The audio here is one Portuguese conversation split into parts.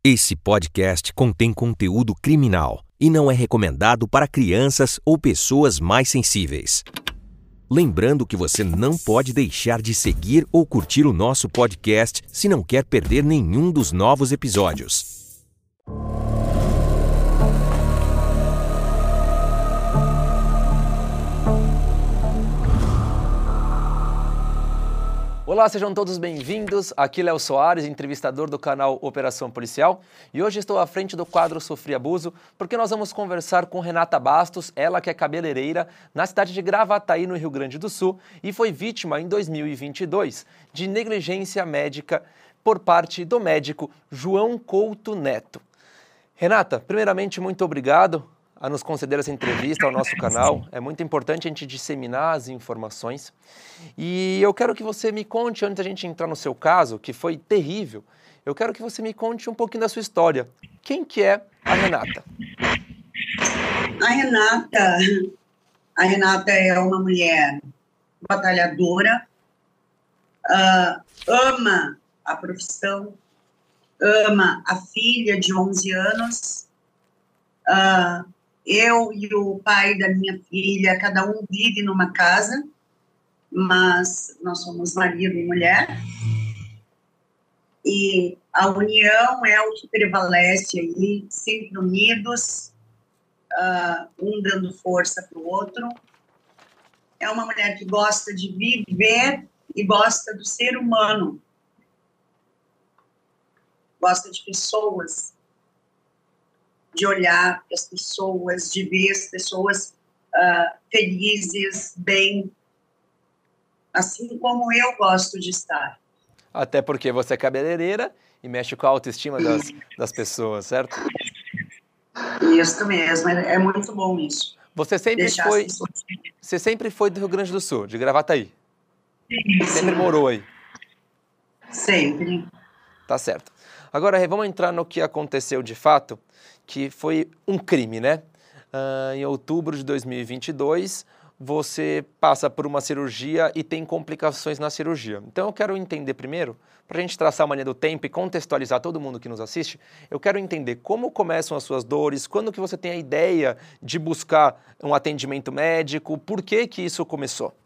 Esse podcast contém conteúdo criminal e não é recomendado para crianças ou pessoas mais sensíveis. Lembrando que você não pode deixar de seguir ou curtir o nosso podcast se não quer perder nenhum dos novos episódios. Olá, sejam todos bem-vindos. Aqui Léo Soares, entrevistador do canal Operação Policial. E hoje estou à frente do quadro Sofri Abuso, porque nós vamos conversar com Renata Bastos, ela que é cabeleireira na cidade de Gravataí, no Rio Grande do Sul, e foi vítima em 2022 de negligência médica por parte do médico João Couto Neto. Renata, primeiramente, muito obrigado a nos conceder essa entrevista ao nosso canal. É muito importante a gente disseminar as informações. E eu quero que você me conte, antes da gente entrar no seu caso, que foi terrível, eu quero que você me conte um pouquinho da sua história. Quem que é a Renata? A Renata é uma mulher batalhadora, ama a profissão, ama a filha de 11 anos, eu e o pai da minha filha, cada um vive numa casa, mas nós somos marido e mulher, e a união é o que prevalece aí, sempre unidos, um dando força para o outro. É uma mulher que gosta de viver e gosta do ser humano, gosta de pessoas, de olhar para as pessoas, de ver as pessoas felizes, bem, assim como eu gosto de estar. Até porque você é cabeleireira e mexe com a autoestima das pessoas, certo? Isso mesmo, é muito bom isso. Você sempre foi do Rio Grande do Sul, de Gravataí? Sim. Sempre morou aí? Sempre. Tá certo. Agora, vamos entrar no que aconteceu de fato, que foi um crime, né? Em outubro de 2022, você passa por uma cirurgia e tem complicações na cirurgia. Então, eu quero entender primeiro, para a gente traçar uma linha do tempo e contextualizar todo mundo que nos assiste, eu quero entender como começam as suas dores, quando que você tem a ideia de buscar um atendimento médico, por que que isso começou?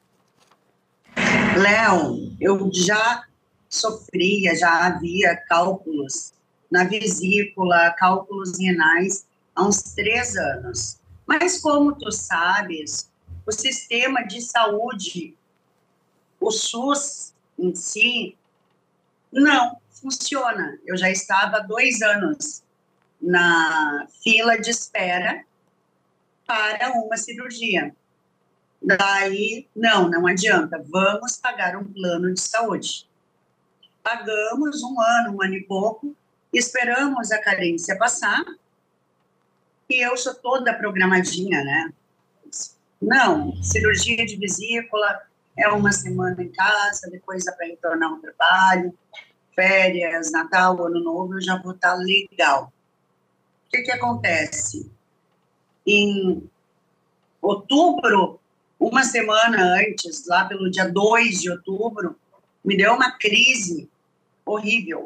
Léo, eu já sofria, já havia cálculos na vesícula, cálculos renais, há uns 3 anos. Mas como tu sabes, o sistema de saúde, o SUS em si, não funciona. Eu já estava há 2 anos na fila de espera para uma cirurgia. Daí, não adianta, vamos pagar um plano de saúde. Pagamos 1 ano e pouco, esperamos a carência passar, e eu sou toda programadinha, né? Não, cirurgia de vesícula é 1 semana em casa, depois dá para retornar ao trabalho, férias, Natal, Ano Novo, eu já vou estar legal. O que acontece? Em outubro, 1 semana antes, lá pelo dia 2 de outubro, me deu uma crise horrível,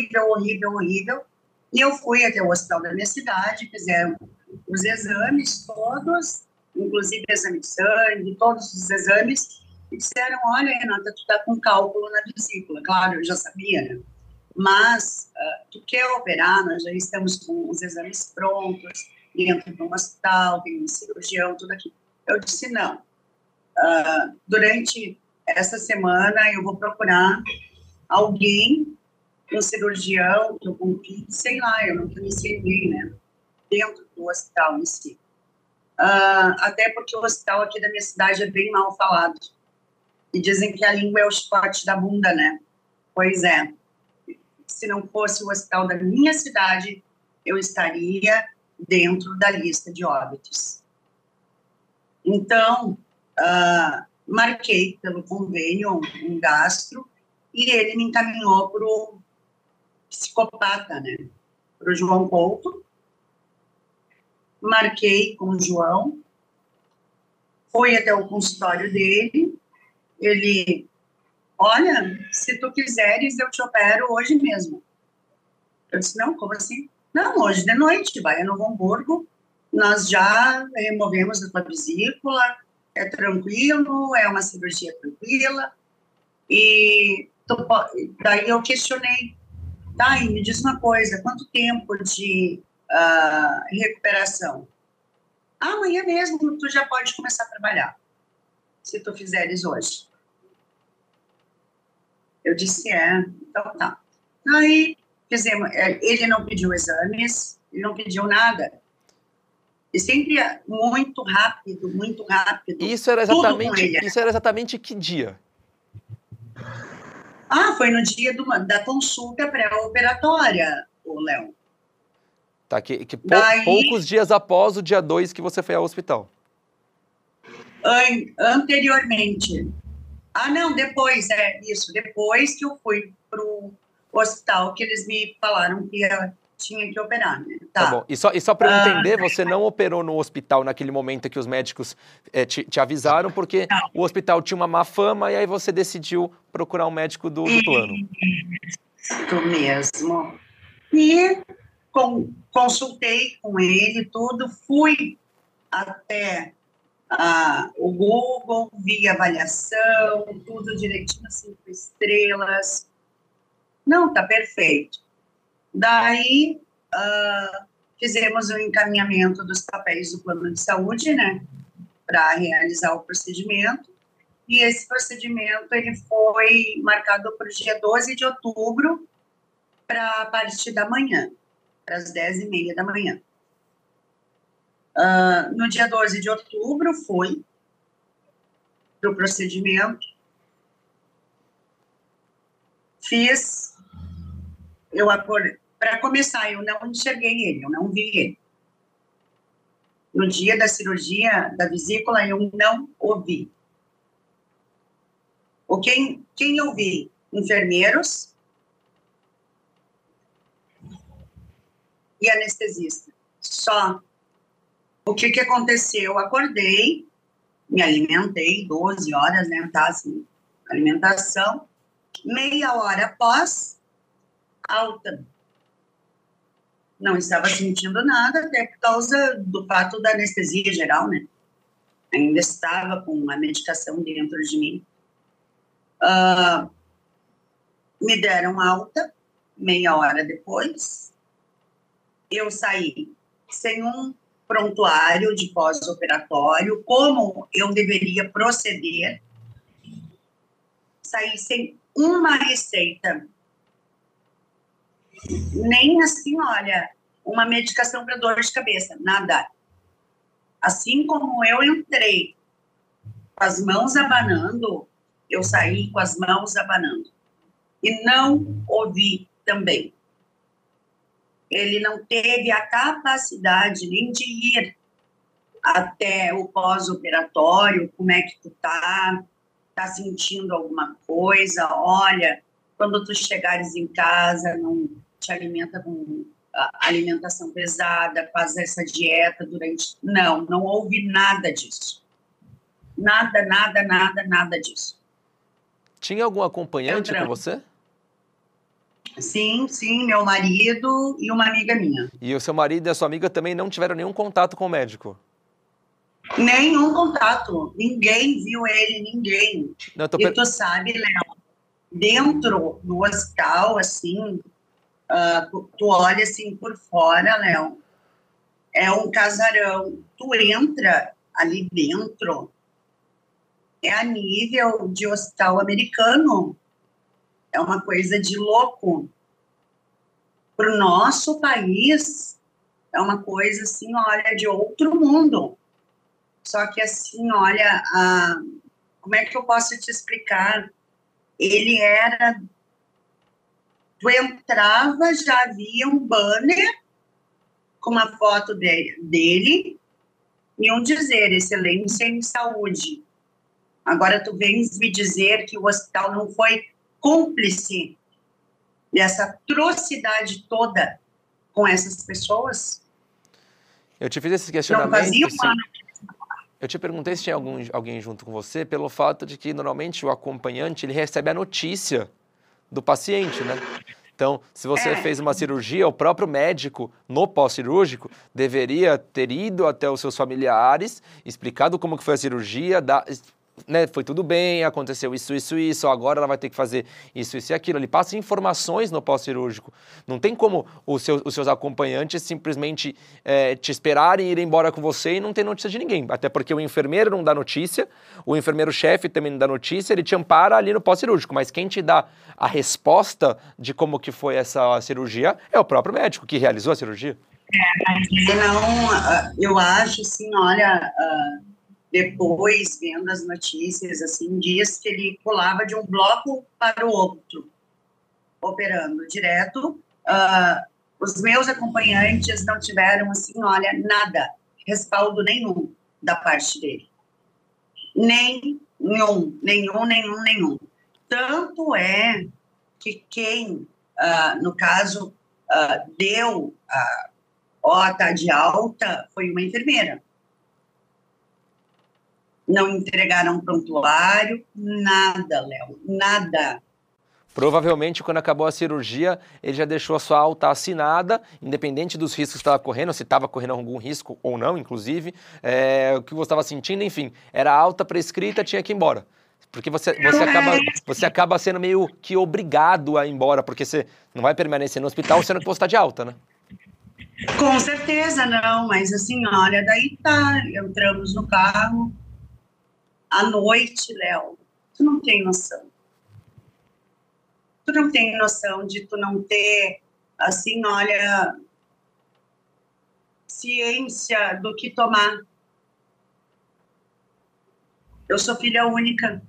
e eu fui até o hospital da minha cidade, fizeram os exames todos, inclusive exame de sangue, todos os exames, e disseram, olha, Renata, tu tá com cálculo na vesícula. Claro, eu já sabia, né? Mas tu quer operar, nós já estamos com os exames prontos, dentro de um hospital, tem um cirurgião, tudo aquilo. Eu disse, não. Durante essa semana eu vou procurar alguém, um cirurgião, que eu confio, sei lá, eu não conheci ninguém, né, dentro do hospital em si. Até porque o hospital aqui da minha cidade é bem mal falado. E dizem que a língua é o chicote da bunda, né? Pois é. Se não fosse o hospital da minha cidade, eu estaria dentro da lista de óbitos. Então, marquei pelo convênio um gastro e ele me encaminhou para o psicopata, né? Para o João Couto. Marquei com o João, fui até o consultório dele, ele, olha, se tu quiseres, eu te opero hoje mesmo. Eu disse, não, como assim? Não, hoje de noite, vai a Novo Hamburgo, nós já removemos a tua vesícula, é tranquilo, é uma cirurgia tranquila, e daí eu questionei, tá, e me diz uma coisa, quanto tempo de recuperação? Amanhã mesmo tu já pode começar a trabalhar, se tu fizeres hoje. Eu disse, então tá. Aí fizemos, ele não pediu exames, ele não pediu nada. E sempre muito rápido, muito rápido. Isso era exatamente que dia? Foi no dia da consulta pré-operatória, o Léo. Tá, daí, poucos dias após o dia 2 que você foi ao hospital. Anteriormente. Não, depois, depois que eu fui pro hospital, que eles me falaram que tinha que operar, né? Tá bom. E só para eu entender, você não operou no hospital naquele momento que os médicos te avisaram, porque não. O hospital tinha uma má fama e aí você decidiu procurar um médico do plano. Isso mesmo. E consultei com ele tudo, fui até o Google, vi avaliação, tudo direitinho, 5 estrelas. Não, tá perfeito. Daí, fizemos o encaminhamento dos papéis do plano de saúde, né, para realizar o procedimento. E esse procedimento, ele foi marcado para o dia 12 de outubro, para a partir da manhã, para as 10h30 da manhã. No dia 12 de outubro, fui para o procedimento, eu acordei, para começar, eu não enxerguei ele, eu não vi ele. No dia da cirurgia da vesícula, eu não o vi. Quem eu vi? Enfermeiros e anestesista. Só. O que aconteceu? Eu acordei, me alimentei 12 horas, né? Tá assim, alimentação. Meia hora após, alta. Não estava sentindo nada, até por causa do fato da anestesia geral, né? Ainda estava com a medicação dentro de mim. Me deram alta, meia hora depois. Eu saí sem um prontuário de pós-operatório, como eu deveria proceder. Saí sem uma receita. Nem assim, olha, uma medicação para dor de cabeça, nada. Assim como eu entrei com as mãos abanando, eu saí com as mãos abanando. E não ouvi também. Ele não teve a capacidade nem de ir até o pós-operatório, como é que tu tá sentindo alguma coisa, olha, quando tu chegares em casa, não te alimenta com alimentação pesada, faz essa dieta durante... Não houve nada disso. Nada disso. Tinha algum acompanhante com você? Sim, meu marido e uma amiga minha. E o seu marido e a sua amiga também não tiveram nenhum contato com o médico? Nenhum contato. Ninguém viu ele, ninguém. Não, e tu sabe, Léo, dentro do hospital, assim, tu olha assim por fora, Léo, é um casarão. Tu entra ali dentro, é a nível de hospital americano. É uma coisa de louco. Para o nosso país, é uma coisa assim, olha, de outro mundo. Só que assim, olha, como é que eu posso te explicar? Ele era... Tu entrava, já havia um banner com uma foto dele e um dizer, excelência em saúde. Agora tu vens me dizer que o hospital não foi cúmplice dessa atrocidade toda com essas pessoas? Eu te fiz esse questionamento. Não fazia um ano. Eu te perguntei se tinha alguém junto com você, pelo fato de que normalmente o acompanhante ele recebe a notícia do paciente, né? Então, se você fez uma cirurgia, o próprio médico, no pós-cirúrgico, deveria ter ido até os seus familiares, explicado como que foi a cirurgia, né, foi tudo bem, aconteceu isso, agora ela vai ter que fazer isso e aquilo. Ele passa informações no pós-cirúrgico. Não tem como os seus acompanhantes simplesmente te esperarem e ir embora com você e não ter notícia de ninguém. Até porque o enfermeiro não dá notícia, o enfermeiro-chefe também não dá notícia, ele te ampara ali no pós-cirúrgico. Mas quem te dá a resposta de como que foi essa cirurgia é o próprio médico que realizou a cirurgia. Não, eu acho assim, olha... depois, vendo as notícias, assim, diz que ele pulava de um bloco para o outro, operando direto. Os meus acompanhantes não tiveram, assim, olha, nada, respaldo nenhum da parte dele. Nenhum. Tanto é que quem, no caso, deu tá de alta foi uma enfermeira. Não entregaram prontuário, nada, Léo, nada. Provavelmente, quando acabou a cirurgia, ele já deixou a sua alta assinada, independente dos riscos que estava correndo, se estava correndo algum risco ou não, inclusive, o que você estava sentindo, enfim, era alta prescrita, tinha que ir embora. Porque você acaba sendo meio que obrigado a ir embora, porque você não vai permanecer no hospital sendo que você está de alta, né? Com certeza não, mas assim, olha, daí entramos no carro, à noite, Léo, tu não tem noção. Tu não tem noção de tu não ter, assim, olha, ciência do que tomar. Eu sou filha única.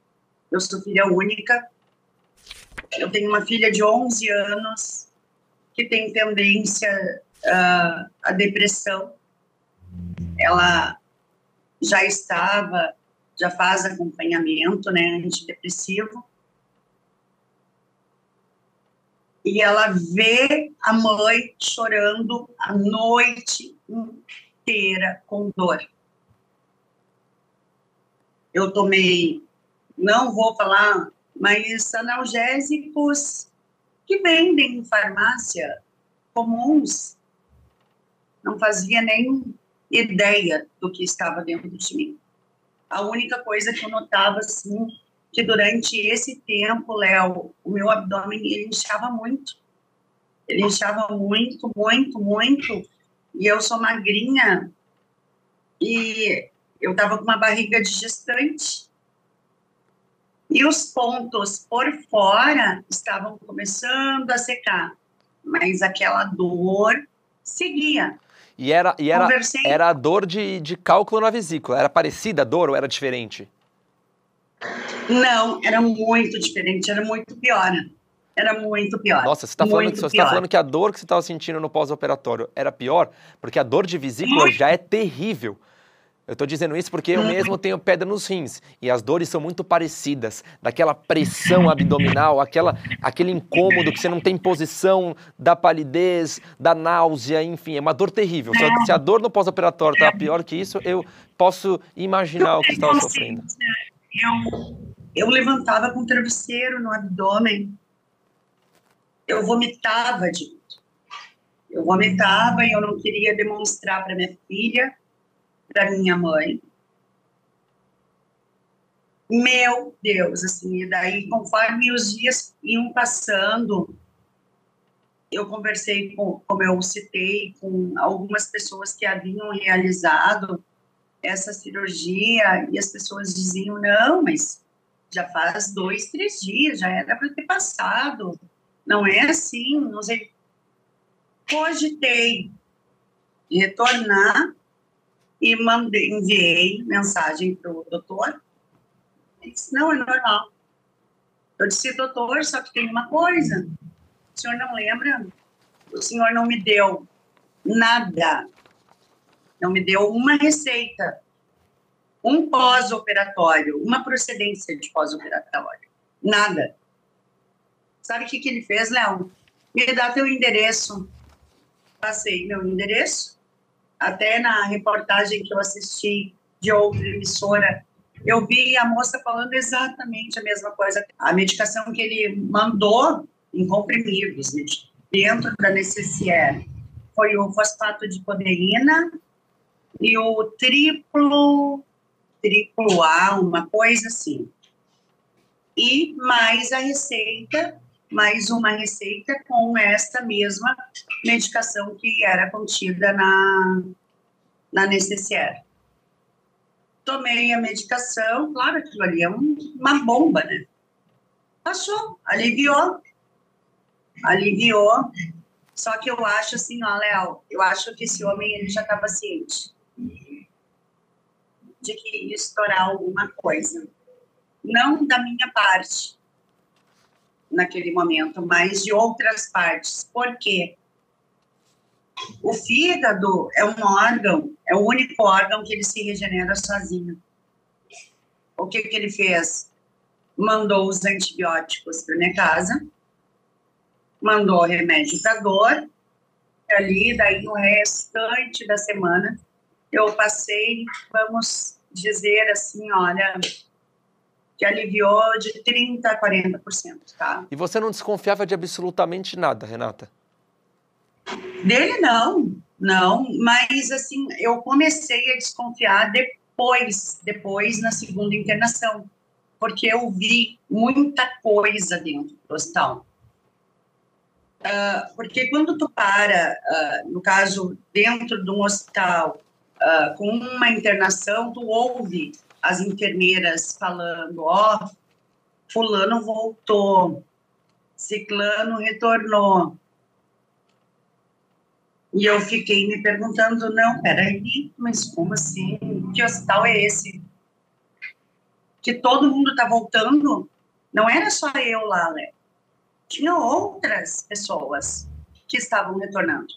Eu tenho uma filha de 11 anos que tem tendência à depressão. Ela já faz acompanhamento, né, antidepressivo. E ela vê a mãe chorando a noite inteira com dor. Eu tomei, não vou falar, mas analgésicos que vendem em farmácia comuns. Não fazia nem ideia do que estava dentro de mim. A única coisa que eu notava, assim, que durante esse tempo, Léo, o meu abdômen, ele inchava muito. Ele inchava muito. E eu sou magrinha e eu estava com uma barriga de gestante. E os pontos por fora estavam começando a secar. Mas aquela dor seguia. E era a dor de cálculo na vesícula. Era parecida a dor ou era diferente? Não, era muito diferente, era muito pior. Nossa, você está falando que a dor que você estava sentindo no pós-operatório era pior? Porque a dor de vesícula já é terrível. Eu estou dizendo isso porque eu mesmo tenho pedra nos rins. E as dores são muito parecidas. Daquela pressão abdominal, aquele incômodo que você não tem posição, da palidez, da náusea, enfim. É uma dor terrível. Se a dor no pós-operatório estava pior que isso, eu posso imaginar o que você estava sofrendo. Eu levantava com travesseiro no abdômen. Eu vomitava de tudo. Eu vomitava e eu não queria demonstrar para minha filha, para minha mãe. Meu Deus, assim, e daí, conforme os dias iam passando, eu conversei como eu citei, com algumas pessoas que haviam realizado essa cirurgia, e as pessoas diziam, não, mas já faz 2, 3 dias, já era para ter passado, não é assim, não sei. Cogitei retornar e enviei mensagem para o doutor. Ele disse, não, é normal. Eu disse, doutor, só que tem uma coisa, o senhor não lembra? O senhor não me deu nada, não me deu uma receita, um pós-operatório, uma procedência de pós-operatório, nada. Sabe o que ele fez, Léo? Me dá teu endereço. Passei meu endereço, até na reportagem que eu assisti de outra emissora, eu vi a moça falando exatamente a mesma coisa. A medicação que ele mandou, em comprimidos, dentro da necessaire. Foi o fosfato de codeína e o triplo A, uma coisa assim. E mais a receita, mais uma receita com esta mesma medicação que era contida na necessaire. Tomei a medicação, claro, aquilo ali é uma bomba, né? Passou, aliviou. Só que eu acho assim, ó, Léo, eu acho que esse homem, ele já estava ciente de que ia estourar alguma coisa. Não da minha parte, naquele momento, mas de outras partes. Por quê? O fígado é um órgão, é o único órgão que ele se regenera sozinho. O que ele fez? Mandou os antibióticos para minha casa, mandou remédio para dor, ali, daí no restante da semana, eu passei, vamos dizer assim, olha, que aliviou de 30% a 40%, tá? E você não desconfiava de absolutamente nada, Renata? Dele não, mas assim, eu comecei a desconfiar depois na segunda internação, porque eu vi muita coisa dentro do hospital. Porque quando tu para, no caso, dentro de um hospital, com uma internação, tu ouve as enfermeiras falando, ó, fulano voltou, ciclano retornou. E eu fiquei me perguntando, não, peraí, mas como assim? Que hospital é esse? Que todo mundo tá voltando? Não era só eu lá, né? Tinha outras pessoas que estavam retornando.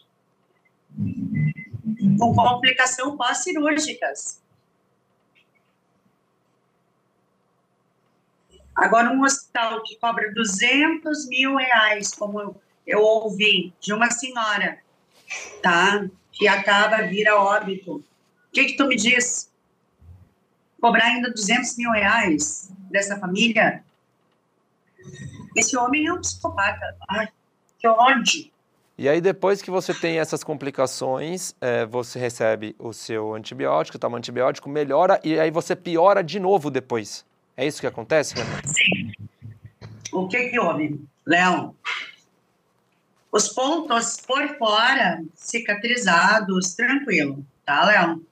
Com complicação pós-cirúrgicas. Agora, um hospital que cobra 200 mil reais, como eu ouvi de uma senhora, tá? Que acaba vira óbito. O que tu me diz? Cobrar ainda 200 mil reais dessa família? Esse homem é um psicopata. Ai, que ódio. E aí, depois que você tem essas complicações, você recebe o seu antibiótico, toma antibiótico, melhora, e aí você piora de novo depois. É isso que acontece, Renata? Sim. O que houve, Léo? Os pontos por fora, cicatrizados, tranquilo, tá, Léo?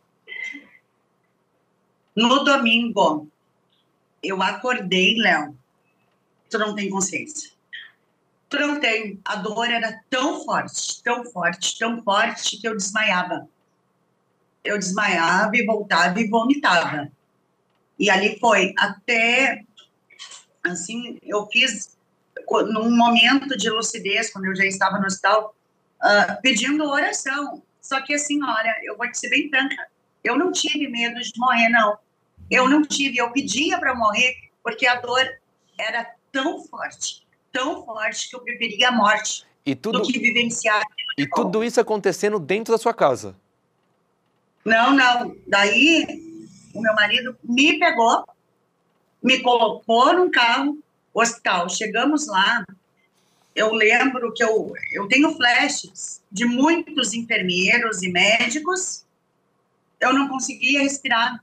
No domingo, eu acordei, Léo, tu não tem consciência. Tu não tem. A dor era tão forte, que eu desmaiava. Eu desmaiava e voltava e vomitava. E ali foi até, assim, eu fiz, num momento de lucidez, quando eu já estava no hospital, pedindo oração. Só que assim, olha, eu vou te ser bem franca, eu não tive medo de morrer, não. Eu não tive, eu pedia para morrer, porque a dor era tão forte que eu preferia a morte do que vivenciar. E tudo isso acontecendo dentro da sua casa? Não. Daí, o meu marido me pegou, me colocou num carro, hospital. Chegamos lá, eu lembro que eu tenho flashes de muitos enfermeiros e médicos. Eu não conseguia respirar.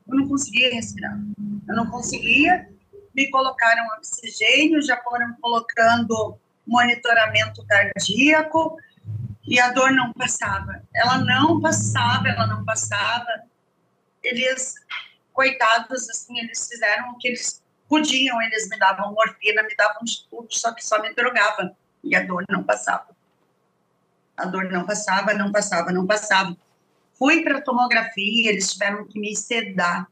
Me colocaram oxigênio, já foram colocando monitoramento cardíaco e a dor não passava. Ela não passava. Eles, coitados, assim, eles fizeram o que eles podiam. Eles me davam morfina, me davam de tudo, só que só me drogava. E a dor não passava. Não passava. Fui para a tomografia, eles tiveram que me sedar.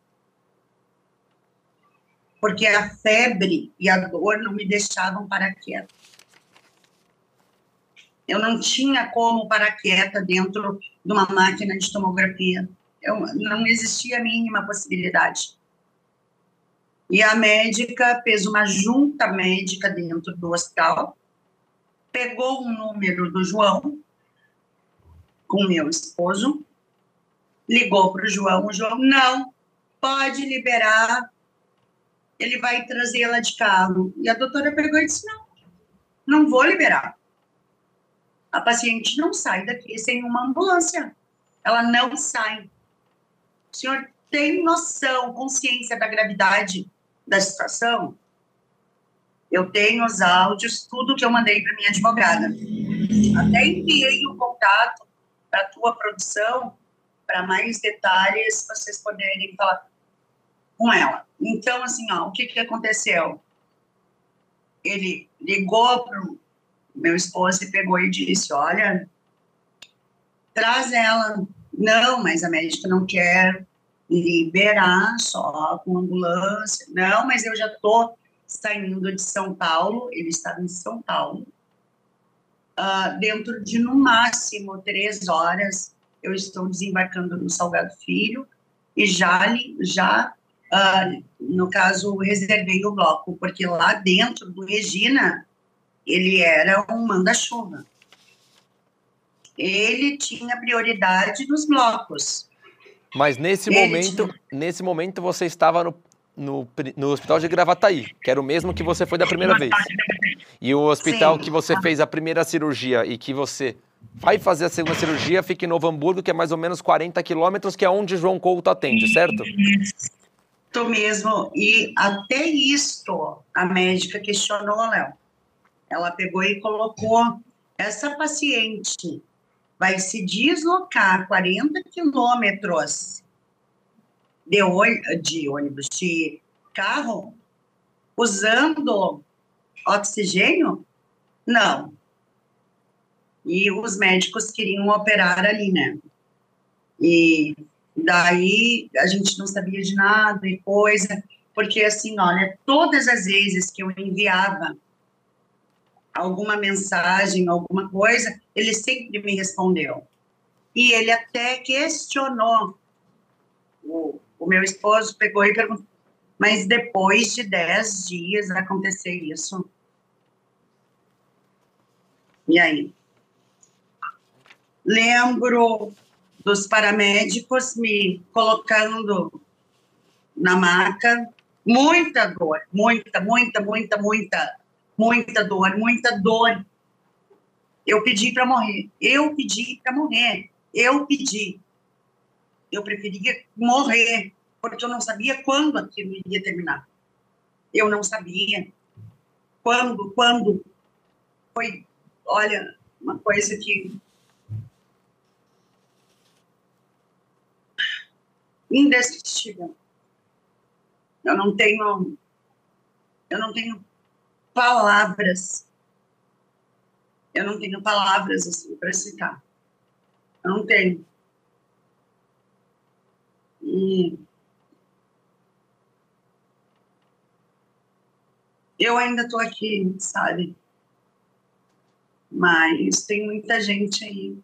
Porque a febre e a dor não me deixavam parar quieta. Eu não tinha como parar quieta dentro de uma máquina de tomografia. Não existia a mínima possibilidade. E a médica fez uma junta médica dentro do hospital, pegou o número do João, com meu esposo, ligou para o João não, pode liberar, ele vai trazê-la de carro. E a doutora pegou e disse, não, não vou liberar. A paciente não sai daqui sem uma ambulância. Ela não sai. O senhor tem noção, consciência da gravidade da situação? Eu tenho os áudios, tudo que eu mandei para minha advogada. Até enviei o contato para a tua produção, para mais detalhes, vocês poderem falar com ela. Então, assim, ó, o que aconteceu? Ele ligou para o meu esposo e pegou e disse, olha, traz ela. Não, mas a médica não quer liberar só com ambulância. Não, mas eu já estou saindo de São Paulo, ele estava em São Paulo, dentro de, no máximo, 3 horas, eu estou desembarcando no Salgado Filho e no caso, reservei o bloco, porque lá dentro do Regina, ele era um manda-chuva. Ele tinha prioridade nos blocos. Mas nesse momento você estava no hospital de Gravataí, que era o mesmo que você foi da primeira vez. E o hospital que você fez a primeira cirurgia e que você vai fazer a segunda cirurgia fica em Novo Hamburgo, que é mais ou menos 40 quilômetros, que é onde João Couto atende, certo? Isso mesmo. E até isto a médica questionou, Léo. Ela pegou e colocou, essa paciente vai se deslocar 40 quilômetros de ônibus, de carro, usando oxigênio? Não. E os médicos queriam operar ali, né? E daí a gente não sabia de nada e coisa, porque assim, olha, todas as vezes que eu enviava alguma mensagem, alguma coisa, ele sempre me respondeu. E ele até questionou. O meu esposo pegou e perguntou, mas depois de 10 dias acontecer isso? E aí? Lembro dos paramédicos me colocando na maca, muita dor, muita dor, muita dor. Eu pedi para morrer, eu preferia morrer, porque eu não sabia quando aquilo iria terminar. Eu não sabia quando. Foi, olha, uma coisa que indescritível. Eu não tenho palavras. Eu não tenho palavras assim para citar. Eu não tenho. E eu ainda estou aqui, sabe? Mas tem muita gente aí.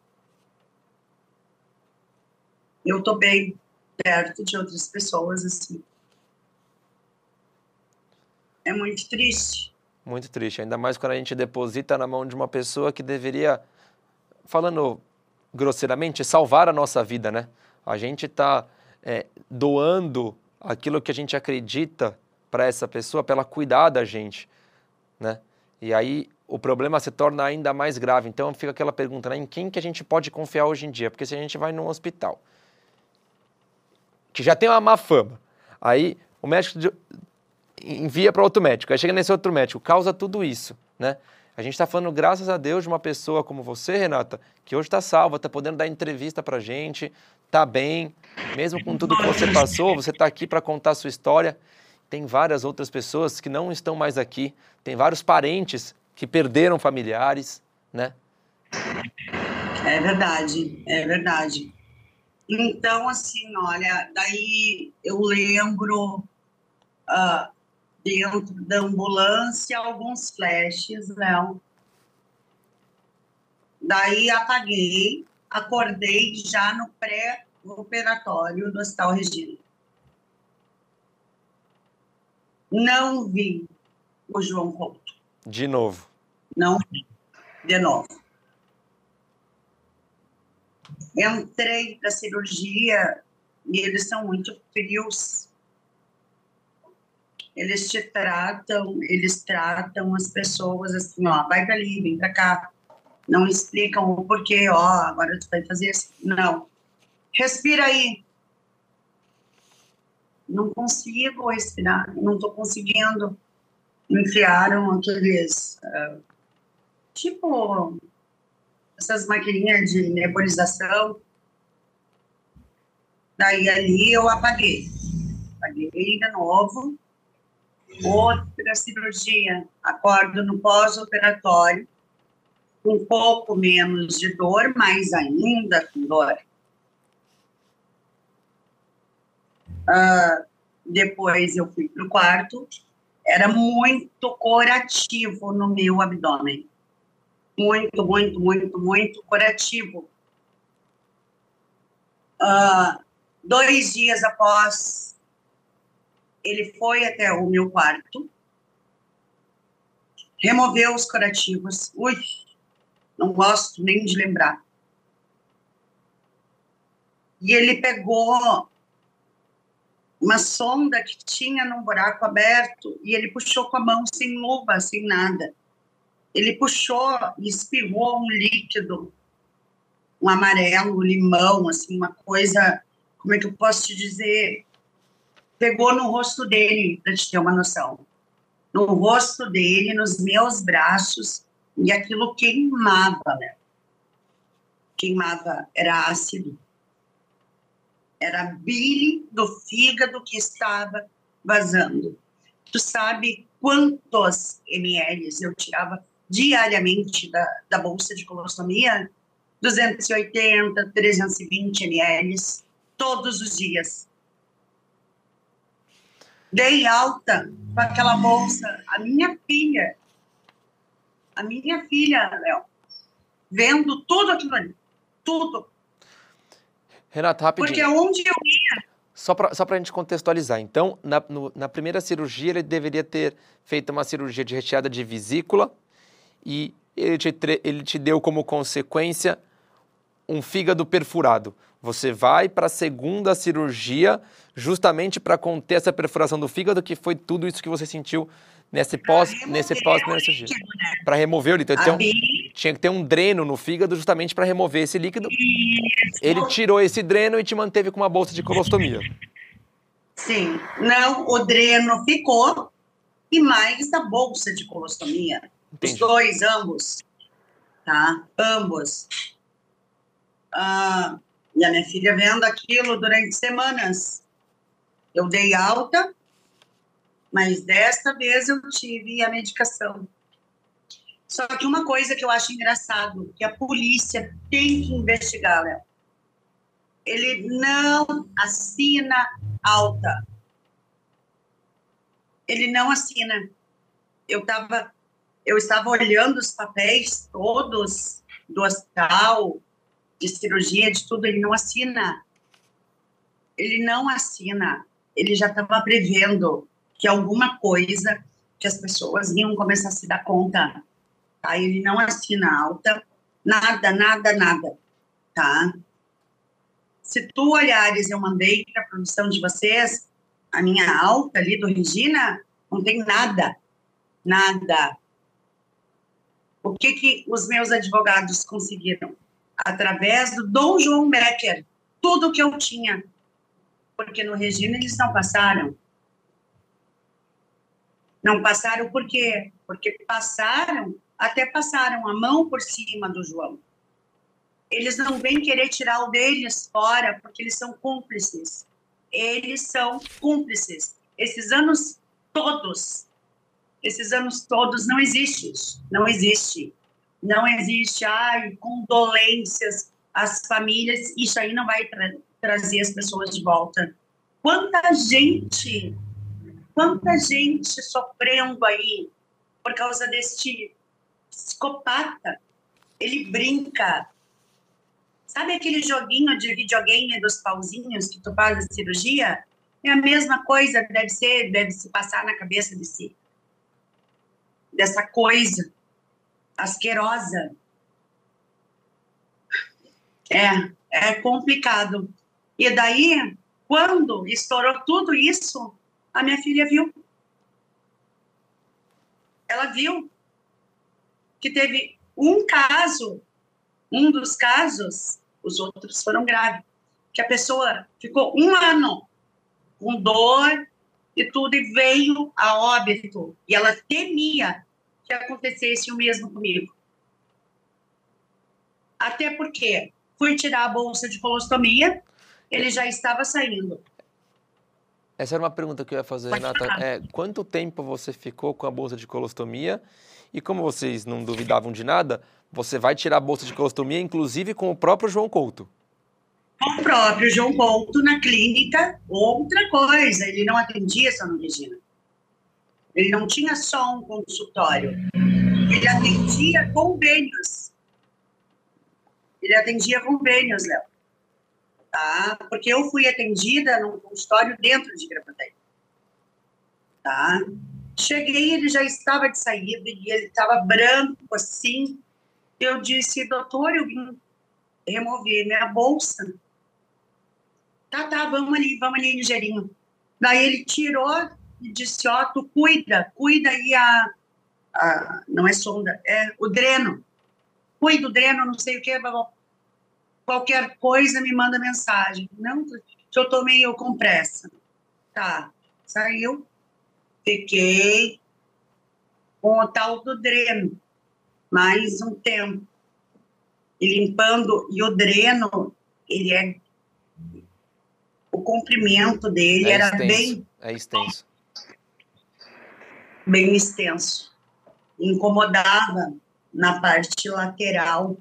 Eu estou bem perto de outras pessoas, assim. É muito triste. Muito triste, ainda mais quando a gente deposita na mão de uma pessoa que deveria, falando grosseiramente, salvar a nossa vida, né? A gente está doando aquilo que a gente acredita para essa pessoa, para ela cuidar da gente, né? E aí o problema se torna ainda mais grave. Então fica aquela pergunta, né? Em quem que a gente pode confiar hoje em dia? Porque se a gente vai num hospital que já tem uma má fama, aí o médico envia para outro médico, aí chega nesse outro médico, causa tudo isso, né? A gente está falando, graças a Deus, de uma pessoa como você, Renata, que hoje está salva, está podendo dar entrevista para a gente, está bem, mesmo com tudo que você passou, você está aqui para contar a sua história. Tem várias outras pessoas que não estão mais aqui, tem vários parentes que perderam familiares, né? É verdade, é verdade. Então, assim, olha, daí eu lembro dentro da ambulância alguns flashes, né? Daí apaguei, acordei já no pré-operatório do Hospital Regina. Não vi o João Couto. De novo. Não vi, de novo. Entrei para a cirurgia e eles são muito frios. eles tratam as pessoas assim, ó, vai para ali, vem para cá. Não explicam o porquê, ó, agora tu vai fazer isso. Não. Respira aí. Não consigo respirar, não estou conseguindo. Enfiaram aqueles, tipo, essas maquininhas de nebulização. Daí ali eu apaguei de novo. Outra cirurgia, acordo no pós-operatório, com um pouco menos de dor, mas ainda com dor. Depois eu fui para o quarto, era muito curativo no meu abdômen. Muito, muito, muito, muito curativo. 2 dias após, ele foi até o meu quarto, removeu os curativos. Ui, não gosto nem de lembrar. E ele pegou uma sonda que tinha num buraco aberto e ele puxou com a mão sem luva, sem nada. Ele puxou e espirrou um líquido, um amarelo, limão, assim, uma coisa, como é que eu posso te dizer? Pegou no rosto dele, para te ter uma noção. No rosto dele, nos meus braços, e aquilo queimava, né? Queimava, era ácido. Era bile do fígado que estava vazando. Tu sabe quantos ml eu tirava diariamente da bolsa de colostomia? 280, 320 ml, todos os dias. Dei alta com aquela bolsa. A minha filha, Léo, vendo tudo aquilo ali, tudo. Renata, rapidinho. Porque onde eu ia... Só para a gente contextualizar. Então, na primeira cirurgia, ele deveria ter feito uma cirurgia de retirada de vesícula e ele te deu como consequência um fígado perfurado. Você vai para a segunda cirurgia justamente para conter essa perfuração do fígado, que foi tudo isso que você sentiu nesse pós-primeira cirurgia. Né? Para remover o líquido. Então, tinha que ter um dreno no fígado justamente para remover esse líquido. Isso. Ele tirou esse dreno e te manteve com uma bolsa de colostomia. Sim. Não, o dreno ficou e mais a bolsa de colostomia. Entendi. Os dois, ambos. Tá? Ambos. E a minha filha vendo aquilo durante semanas. Eu dei alta, mas desta vez eu tive a medicação. Só que uma coisa que eu acho engraçado, que a polícia tem que investigar, Léo. Ele não assina alta. Ele não assina. Eu estava olhando os papéis todos do hospital, de cirurgia, de tudo, ele não assina. Ele não assina. Ele já estava prevendo que alguma coisa que as pessoas iam começar a se dar conta. Tá? Ele não assina alta, nada, nada, nada. Tá? Se tu olhares, eu mandei para a produção de vocês, a minha alta ali do Regina, não tem nada. Nada. O que os meus advogados conseguiram? Através do Dom João Becker, tudo que eu tinha. Porque no Regina eles não passaram. Não passaram por quê? Porque até passaram a mão por cima do João. Eles não vêm querer tirar o deles fora, porque eles são cúmplices. Eles são cúmplices. Esses anos todos não existe isso. Não existe. Não existe, condolências às famílias, isso aí não vai trazer as pessoas de volta. Quanta gente sofrendo aí por causa deste psicopata. Ele brinca. Sabe aquele joguinho de videogame dos pauzinhos que tu faz a cirurgia? É a mesma coisa que deve se passar na cabeça dessa coisa asquerosa. É complicado. E daí, quando estourou tudo isso, a minha filha viu. ela viu que teve um caso, um dos casos, os outros foram graves, que a pessoa ficou 1 ano com dor e tudo, e veio a óbito. E ela temia que acontecesse o mesmo comigo. Até porque fui tirar a bolsa de colostomia, ele já estava saindo. Essa era uma pergunta que eu ia fazer, Renata. Quanto tempo você ficou com a bolsa de colostomia? E como vocês não duvidavam de nada, você vai tirar a bolsa de colostomia, inclusive com o próprio João Couto. Com o próprio João Couto na clínica, outra coisa, ele não atendia só no Regina. Ele não tinha só um consultório. Ele atendia convênios. Léo. Tá? Porque eu fui atendida num consultório dentro de Gravataí. Tá? Cheguei, ele já estava de saída e ele estava branco, assim. Eu disse, doutor, eu vim remover minha bolsa. Tá, vamos ali, ligeirinho. Daí ele tirou e disse, ó, tu cuida aí não é sonda, é o dreno. Cuida do dreno, não sei o que, qualquer coisa me manda mensagem. Não, que eu tô meio com pressa. Tá, saiu, fiquei com o tal do dreno, mais um tempo. E limpando, e o dreno, o comprimento dele era extenso, extenso. Bem extenso. Incomodava na parte lateral.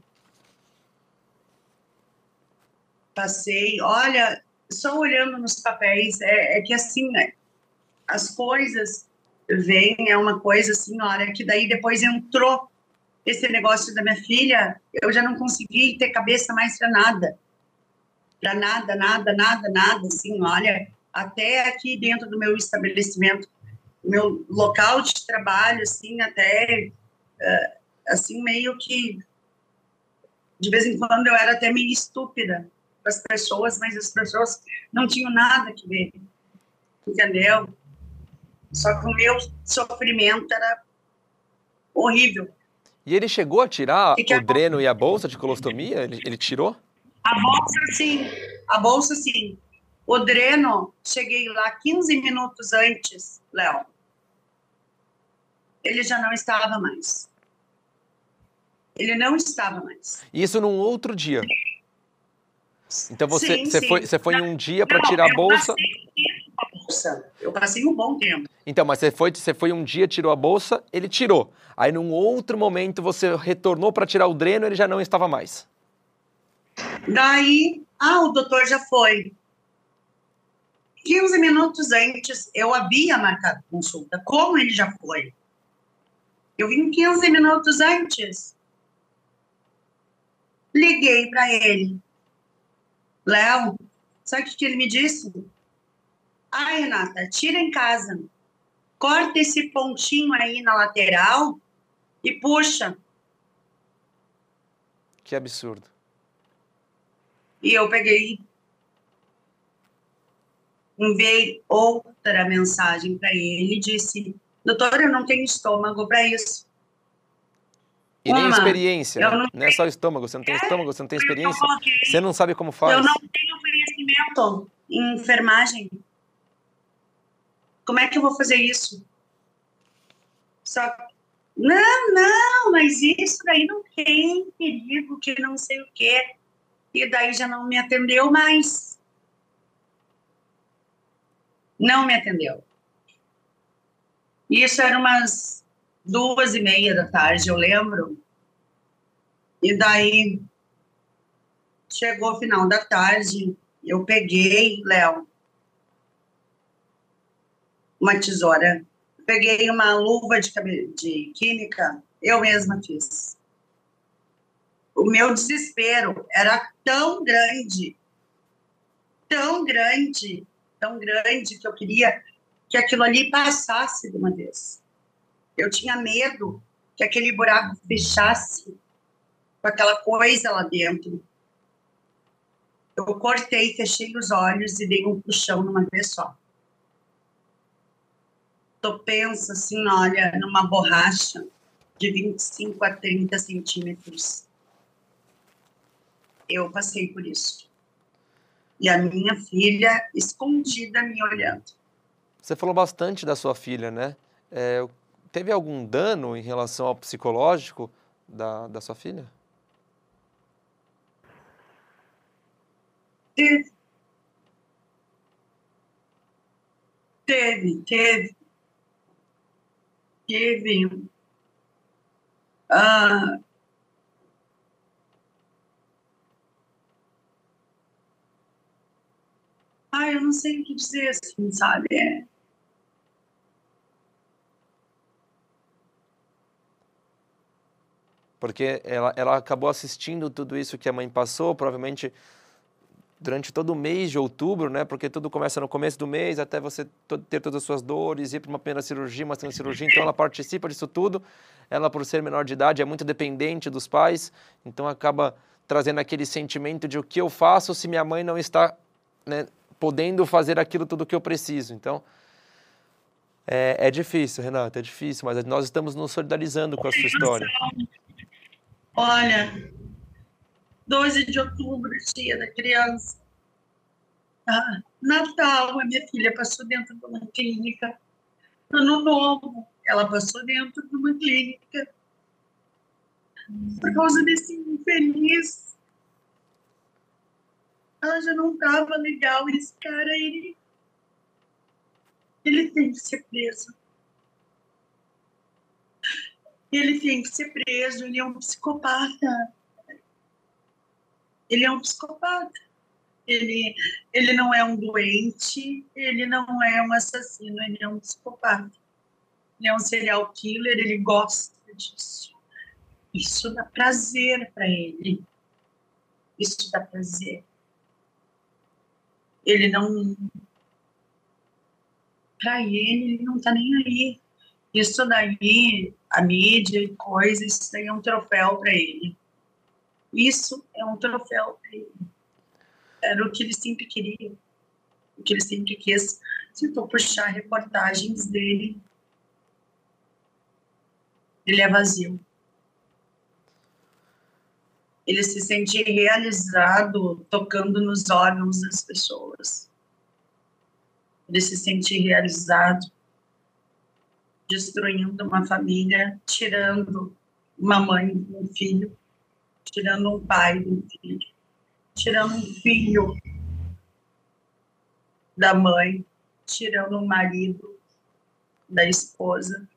Passei, olha, só olhando nos papéis, é que assim, né, as coisas vêm, é uma coisa assim, olha, que daí depois entrou esse negócio da minha filha, eu já não consegui ter cabeça mais para nada. Para nada, assim, olha, até aqui dentro do meu estabelecimento, meu local de trabalho, assim, até, assim, meio que, de vez em quando eu era até meio estúpida com as pessoas, mas as pessoas não tinham nada que ver, entendeu? Só que o meu sofrimento era horrível. E ele chegou a tirar o dreno e a bolsa de colostomia? Ele tirou? A bolsa sim. O dreno, cheguei lá 15 minutos antes, Léo. Ele já não estava mais. Ele não estava mais. Isso num outro dia? Então você foi em um dia para Não, tirar a bolsa? Eu passei um bom tempo. Então, mas você foi um dia, tirou a bolsa, ele tirou. Aí num outro momento você retornou para tirar o dreno, ele já não estava mais. Daí, o doutor já foi. 15 minutos antes, eu havia marcado consulta. Como ele já foi? Eu vim 15 minutos antes. Liguei para ele. Léo, sabe o que ele me disse? Renata, tira em casa. Corta esse pontinho aí na lateral e puxa. Que absurdo. E eu peguei, enviei outra mensagem para ele e disse, doutor, eu não tenho estômago para isso. E nem experiência, né? Não é só estômago, você não tem estômago, você não tem experiência, você não sabe como faz. Eu não tenho conhecimento em enfermagem. Como é que eu vou fazer isso? Só não, mas isso daí não tem perigo, que não sei o quê. E daí já não me atendeu mais. Não me atendeu. Isso era umas 2:30 da tarde, eu lembro. E daí, chegou o final da tarde, eu peguei, Léo, uma tesoura, peguei uma luva de química, eu mesma fiz. O meu desespero era tão grande, que eu queria que aquilo ali passasse de uma vez. Eu tinha medo que aquele buraco fechasse com aquela coisa lá dentro. Eu cortei, fechei os olhos e dei um puxão numa vez só. Tu pensa assim, olha, numa borracha de 25 a 30 centímetros. Eu passei por isso. E a minha filha escondida me olhando. Você falou bastante da sua filha, né? Teve algum dano em relação ao psicológico da sua filha? Teve. Teve. Ah, eu não sei o que dizer, assim, sabe? Porque ela acabou assistindo tudo isso que a mãe passou, provavelmente durante todo o mês de outubro, né? Porque tudo começa no começo do mês, até você ter todas as suas dores, ir para uma primeira cirurgia, uma segunda cirurgia. Então, ela participa disso tudo. Ela, por ser menor de idade, é muito dependente dos pais. Então, acaba trazendo aquele sentimento de o que eu faço se minha mãe não está, né, podendo fazer aquilo tudo que eu preciso. Então, é difícil, Renata, é difícil, mas nós estamos nos solidarizando com a sua história. Olha, 12 de outubro, dia da criança. Natal, a minha filha passou dentro de uma clínica. Ano Novo, ela passou dentro de uma clínica. Por causa desse infeliz. Ela já não estava legal. Esse cara, ele tem que ser preso. Ele tem que ser preso. Ele é um psicopata. Ele é um psicopata. Ele não é um doente, ele não é um assassino, ele é um psicopata. Ele é um serial killer, ele gosta disso. Isso dá prazer para ele. Isso dá prazer. Ele não... Para ele não está nem aí. Isso daí, a mídia e coisas, isso daí é um troféu para ele. Isso é um troféu para ele. Era o que ele sempre queria, o que ele sempre quis. Se for puxar reportagens dele, ele é vazio. Ele se sente realizado tocando nos órgãos das pessoas. Ele se sente realizado destruindo uma família, tirando uma mãe de um filho, tirando um pai de um filho, tirando um filho da mãe, tirando um marido da esposa.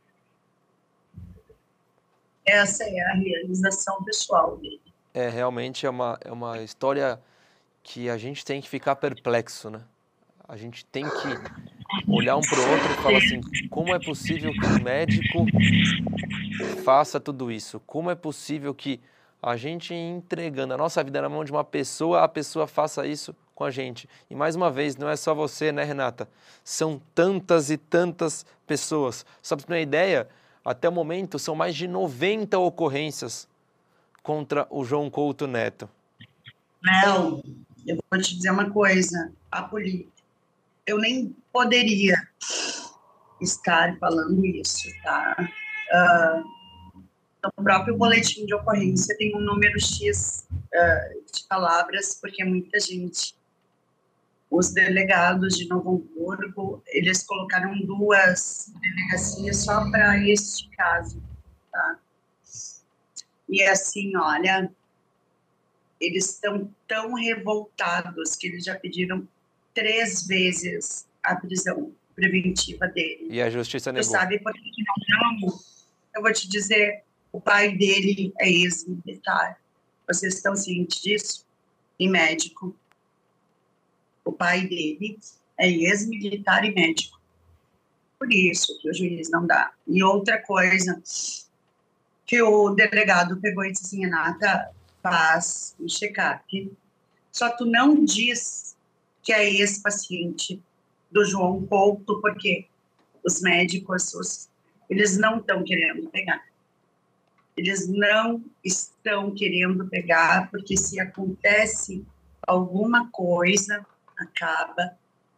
Essa é a realização pessoal dele. Realmente é uma história que a gente tem que ficar perplexo, né? A gente tem que olhar um para o outro e falar assim, como é possível que um médico faça tudo isso? Como é possível que a gente entregando a nossa vida na mão de uma pessoa, a pessoa faça isso com a gente? E mais uma vez, não é só você, né, Renata? São tantas e tantas pessoas. Só para você ter uma ideia, até o momento são mais de 90 ocorrências contra o João Couto Neto. Léo, eu vou te dizer uma coisa, eu nem poderia estar falando isso, tá? No próprio boletim de ocorrência tem um número X de palavras, porque muita gente, os delegados de Novo Hamburgo, eles colocaram 2 delegacias só para este caso, tá? E assim, olha, eles estão tão revoltados que eles já pediram 3 vezes a prisão preventiva dele. E a justiça negou. Tu sabe por que não? Eu vou te dizer, o pai dele é ex-militar. Vocês estão cientes disso? E médico. O pai dele é ex-militar e médico. Por isso que o juiz não dá. E outra coisa, que o delegado pegou e disse assim, Renata, faz um check-up. Só tu não diz que é ex-paciente do João Couto, porque os médicos, eles não estão querendo pegar. Eles não estão querendo pegar, porque se acontece alguma coisa, acaba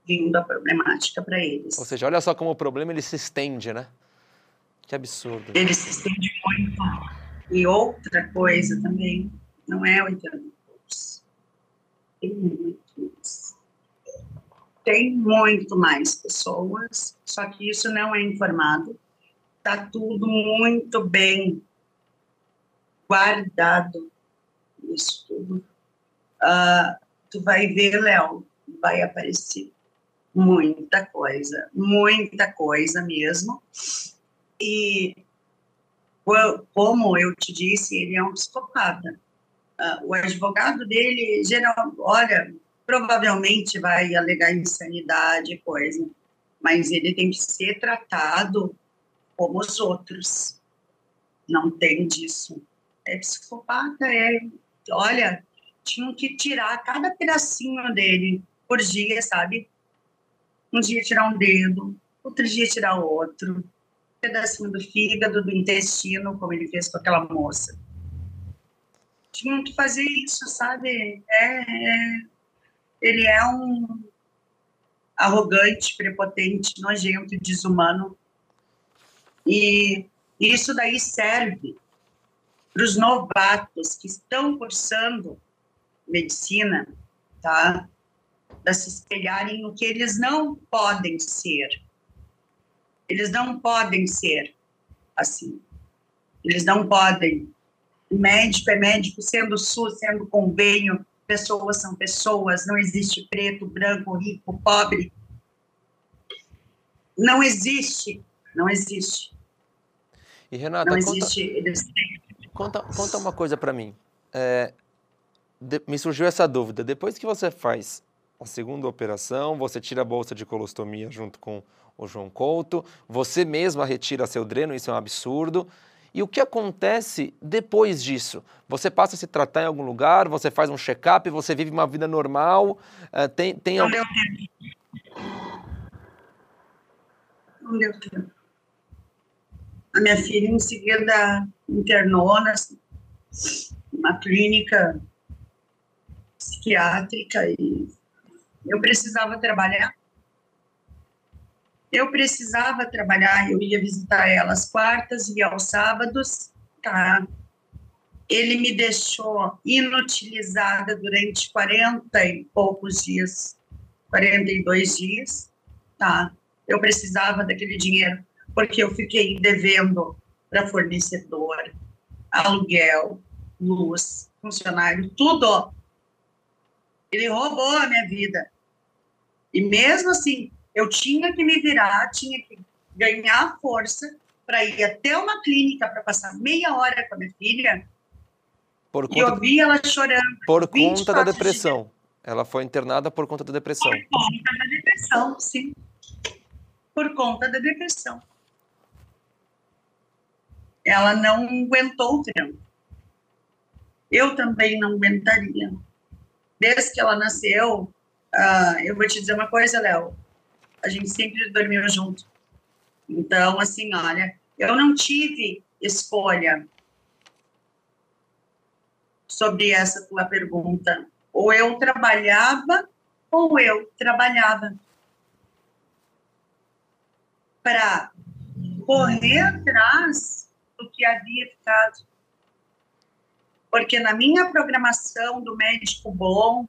vindo a problemática para eles. Ou seja, olha só como o problema ele se estende, né? Que absurdo. Ele se estende muito. E outra coisa também, não é 80 poucos. Tem muito mais. Tem muito mais pessoas, só que isso não é informado. Está tudo muito bem guardado, isso tudo. Tu vai ver, Léo, vai aparecer muita coisa mesmo. E, como eu te disse, ele é um psicopata. O advogado dele, olha, provavelmente vai alegar insanidade e coisa, mas ele tem que ser tratado como os outros. Não tem disso. É psicopata, olha, tinham que tirar cada pedacinho dele por dia, sabe? Um dia tirar um dedo, outro dia tirar outro, um pedacinho do fígado, do intestino, como ele fez com aquela moça. Tinham que fazer isso, sabe? Ele é um arrogante, prepotente, nojento, desumano. E isso daí serve para os novatos que estão cursando medicina, tá? Para se espelharem no que eles não podem ser. Eles não podem ser assim. Eles não podem. Médico é médico, sendo SUS, sendo convênio, pessoas são pessoas, não existe preto, branco, rico, pobre. Não existe. E, Renata, não existe. Conta uma coisa para mim. Me surgiu essa dúvida. Depois que você faz a segunda operação, você tira a bolsa de colostomia junto com o João Couto, você mesma retira seu dreno, isso é um absurdo. E o que acontece depois disso? Você passa a se tratar em algum lugar, você faz um check-up, você vive uma vida normal, Não deu tempo. Não deu tempo. A minha filha, em seguida, internou numa clínica psiquiátrica e eu precisava trabalhar. Eu ia visitar ela às quartas e aos sábados, tá? Ele me deixou inutilizada durante 40 e poucos dias, 42 dias, tá? Eu precisava daquele dinheiro porque eu fiquei devendo para fornecedor, aluguel, luz, funcionário, tudo. Ele roubou a minha vida. E mesmo assim, eu tinha que me virar, tinha que ganhar força para ir até uma clínica para passar meia hora com a minha filha e ouvir ela chorando. Por conta da depressão. Ela foi internada por conta da depressão. Por conta da depressão, sim. Por conta da depressão. Ela não aguentou o tempo. Eu também não aguentaria. Desde que ela nasceu, eu vou te dizer uma coisa, Léo, a gente sempre dormiu junto. Então, assim, olha, eu não tive escolha sobre essa tua pergunta. Ou eu trabalhava para correr atrás do que havia ficado. Porque na minha programação do médico bom,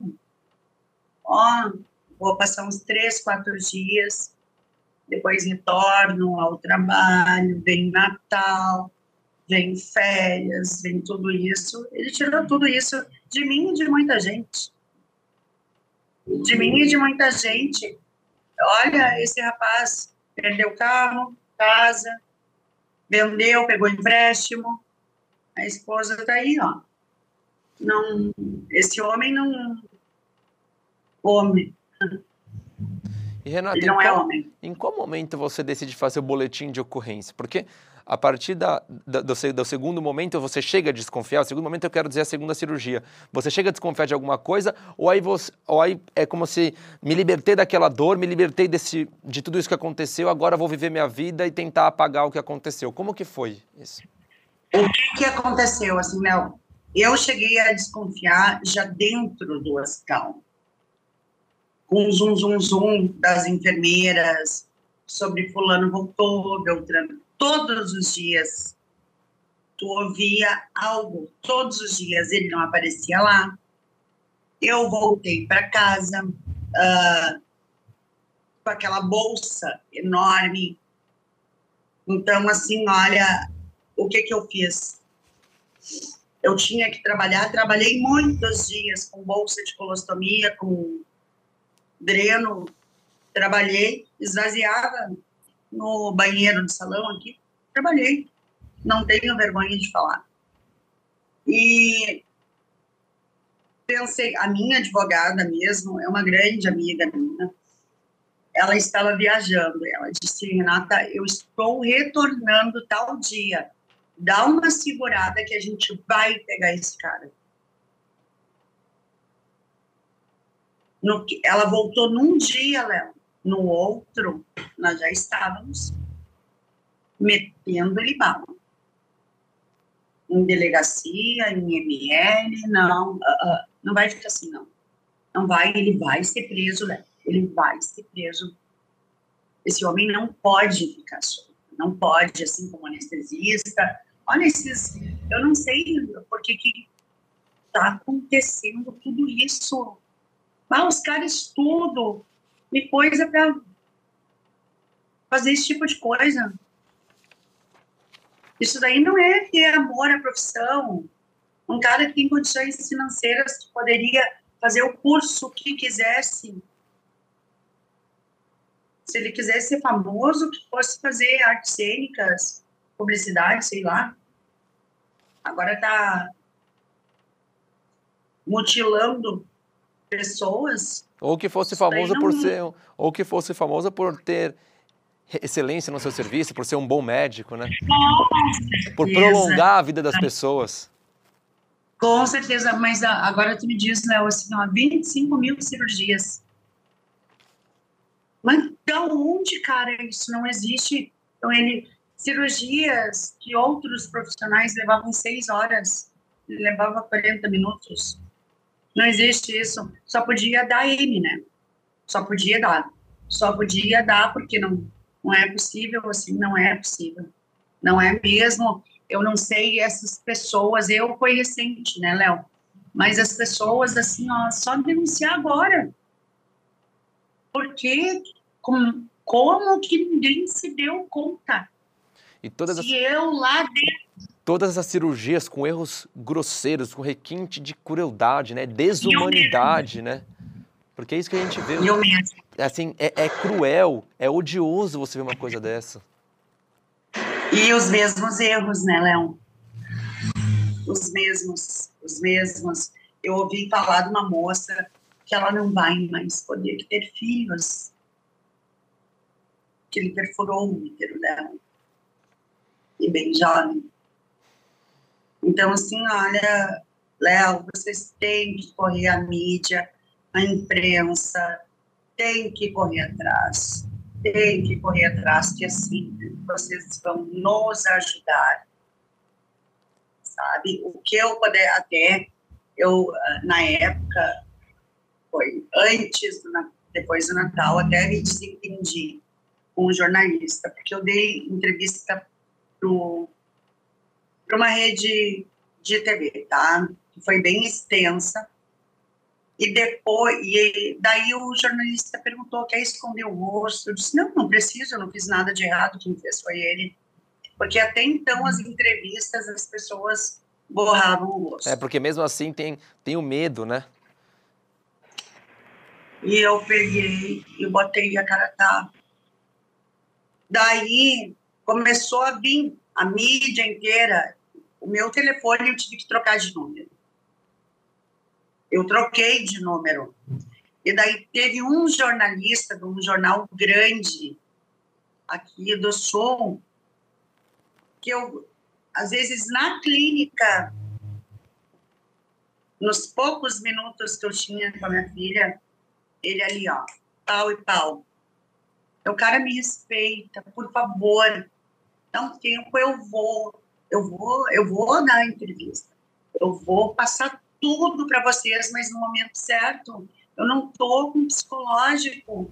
vou passar uns 3, 4 dias, depois retorno ao trabalho, vem Natal, vem férias, vem tudo isso. Ele tirou tudo isso de mim e de muita gente. De mim e de muita gente. Olha, esse rapaz perdeu carro, casa, vendeu, pegou empréstimo. A esposa está aí, ó. Não, esse homem não... Homem. E, Renata, ele não é homem. Em qual momento você decide fazer o boletim de ocorrência? Porque a partir do segundo momento você chega a desconfiar, o segundo momento eu quero dizer a segunda cirurgia, você chega a desconfiar de alguma coisa, ou aí é como se me libertei daquela dor, me libertei de tudo isso que aconteceu, agora vou viver minha vida e tentar apagar o que aconteceu. Como que foi isso? O que aconteceu, assim, Léo? Eu cheguei a desconfiar já dentro do hospital. um zum das enfermeiras, sobre fulano voltou, Beltrano. Todos os dias, tu ouvia algo, todos os dias, ele não aparecia lá. Eu voltei para casa com aquela bolsa enorme. Então, assim, olha, o que eu fiz? Eu tinha que trabalhar, trabalhei muitos dias com bolsa de colostomia, com dreno, trabalhei, esvaziava no banheiro do salão aqui, trabalhei, não tenho vergonha de falar. E pensei, a minha advogada mesmo, é uma grande amiga minha, ela estava viajando, ela disse, Renata, eu estou retornando tal dia, dá uma segurada que a gente vai pegar esse cara. Ela voltou num dia, Léo, no outro, nós já estávamos metendo-lhe bala. Em delegacia, em ML, não vai ficar assim, não. Não vai, ele vai ser preso, Léo. Ele vai ser preso. Esse homem não pode ficar solto. Não pode, assim como anestesista. Olha esses... Eu não sei por que está acontecendo tudo isso. Os caras estudam e coisa para fazer esse tipo de coisa. Isso daí não é ter amor à profissão. Um cara que tem condições financeiras que poderia fazer o curso que quisesse. Se ele quisesse ser famoso, que fosse fazer artes cênicas, publicidade, sei lá. Agora está mutilando pessoas. Ou que fosse famoso por ser, ou que fosse famoso por ter excelência no seu serviço, por ser um bom médico, né? Por prolongar a vida das pessoas. Com certeza, mas agora tu me diz, Léo, assim, 25 mil cirurgias. Mas da onde, cara, isso não existe? Então, cirurgias que outros profissionais levavam 6 horas, ele levava 40 minutos. Não existe isso. Só podia dar M, né? Só podia dar. Só podia dar porque não é possível, assim, não é possível. Não é mesmo. Eu não sei, essas pessoas, foi recente, né, Léo? Mas as pessoas, assim, só denunciar agora. Por quê? Como que ninguém se deu conta? E eu lá dentro... Todas as cirurgias com erros grosseiros, com requinte de crueldade, né? Desumanidade, né? Porque é isso que a gente vê. Assim, é cruel, é odioso você ver uma coisa dessa. E os mesmos erros, né, Léo? Os mesmos. Eu ouvi falar de uma moça que ela não vai mais poder ter filhos. Que ele perfurou o útero dela. E bem jovem. Então, assim, olha, Léo, vocês têm que correr a mídia, a imprensa, tem que correr atrás. Tem que correr atrás, que assim, vocês vão nos ajudar. Sabe? O que eu puder, até, na época, foi antes, depois do Natal, até me desentendi com um jornalista, porque eu dei entrevista para uma rede de TV, tá? Que foi bem extensa. E daí o jornalista perguntou, quer esconder o rosto? Eu disse, não preciso, eu não fiz nada de errado, quem fez foi ele. Porque até então, as entrevistas, as pessoas borravam o rosto. Porque mesmo assim tem o medo, né? E eu peguei e botei a cara tapa. Daí começou a vir a mídia inteira. O meu telefone eu tive que trocar de número. Eu troquei de número. E daí teve um jornalista de um jornal grande aqui do Sul, que eu, às vezes, na clínica, nos poucos minutos que eu tinha com a minha filha, ele ali, pau e pau. O cara me respeita, por favor. Dá um tempo, eu vou dar a entrevista. Eu vou passar tudo para vocês, mas no momento certo. eu não tô com psicológico,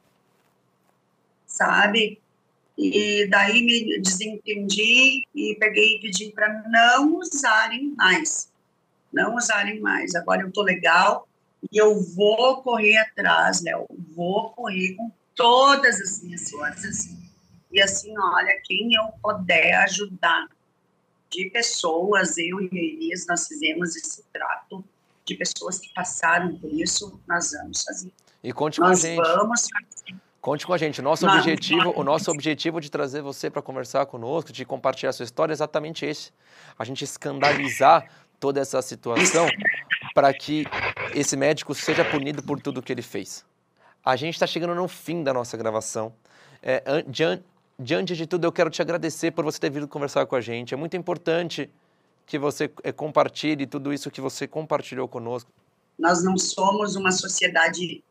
sabe? E daí me desentendi e peguei e pedi para não usarem mais. Agora eu tô legal e eu vou correr atrás, Léo. Vou correr com todas as minhas forças. E assim, olha, quem eu puder ajudar de pessoas, eu e a Elis, nós fizemos esse trato de pessoas que passaram por isso, nós vamos fazer. E conte com a gente. Conte com a gente. O nosso objetivo de trazer você para conversar conosco, de compartilhar a sua história, é exatamente esse. A gente escandalizar toda essa situação para que esse médico seja punido por tudo que ele fez. A gente está chegando no fim da nossa gravação. Diante de tudo, eu quero te agradecer por você ter vindo conversar com a gente. É muito importante que você compartilhe tudo isso que você compartilhou conosco. Nós não somos uma sociedade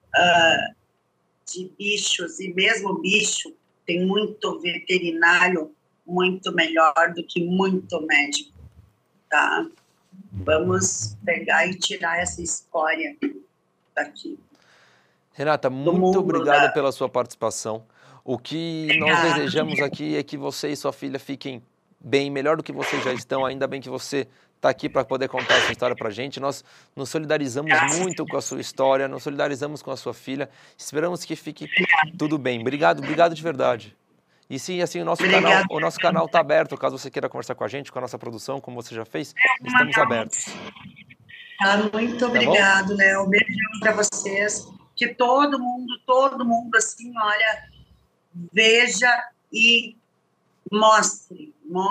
de bichos, e mesmo bicho tem muito veterinário muito melhor do que muito médico, tá? Vamos pegar e tirar essa escória daqui. Renata, muito obrigado pela sua participação. O que nós desejamos aqui é que você e sua filha fiquem bem, melhor do que vocês já estão. Ainda bem que você está aqui para poder contar essa história para a gente. Nós nos solidarizamos muito com a sua história, nos solidarizamos com a sua filha. Esperamos que fique tudo bem. Obrigado de verdade. E sim, assim, o nosso canal está aberto, caso você queira conversar com a gente, com a nossa produção, como você já fez, estamos abertos. Muito obrigado, Léo. Beijão para vocês. Que todo mundo, assim, olha, veja e mostre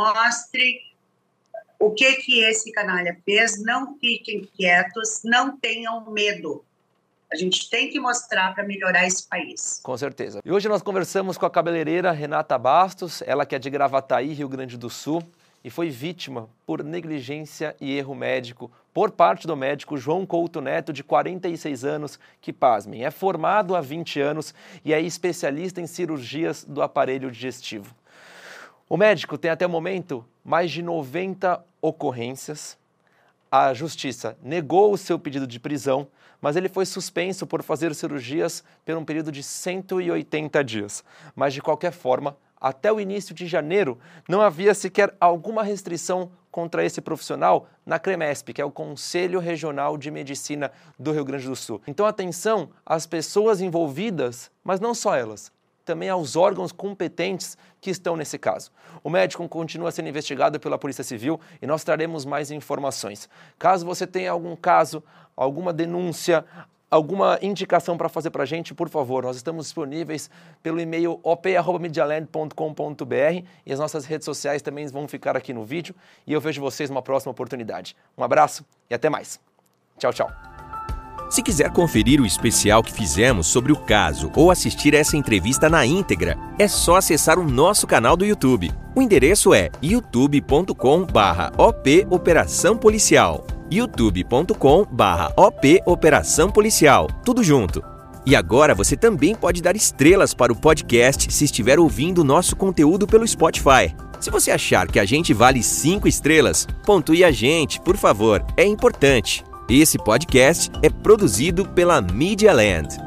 o que esse canalha fez. Não fiquem quietos, não tenham medo. A gente tem que mostrar para melhorar esse país. Com certeza. E hoje nós conversamos com a cabeleireira Renata Bastos, ela que é de Gravataí, Rio Grande do Sul, e foi vítima por negligência e erro médico por parte do médico João Couto Neto, de 46 anos, que, pasmem, é formado há 20 anos e é especialista em cirurgias do aparelho digestivo. O médico tem até o momento mais de 90 ocorrências. A justiça negou o seu pedido de prisão, mas ele foi suspenso por fazer cirurgias por um período de 180 dias. Mas, de qualquer forma, até o início de janeiro, não havia sequer alguma restrição contra esse profissional na CREMESP, que é o Conselho Regional de Medicina do Rio Grande do Sul. Então, atenção às pessoas envolvidas, mas não só elas, também aos órgãos competentes que estão nesse caso. O médico continua sendo investigado pela Polícia Civil e nós traremos mais informações. Caso você tenha algum caso, alguma denúncia, alguma indicação para fazer para a gente, por favor, nós estamos disponíveis pelo e-mail op@medialand.com.br e as nossas redes sociais também vão ficar aqui no vídeo e eu vejo vocês numa próxima oportunidade. Um abraço e até mais. Tchau, tchau. Se quiser conferir o especial que fizemos sobre o caso ou assistir essa entrevista na íntegra, é só acessar o nosso canal do YouTube. O endereço é youtube.com/op Operação Policial. youtube.com/op Operação Policial. Tudo junto. E agora você também pode dar estrelas para o podcast se estiver ouvindo o nosso conteúdo pelo Spotify. Se você achar que a gente vale 5 estrelas, pontue a gente, por favor. É importante. Esse podcast é produzido pela Media Land.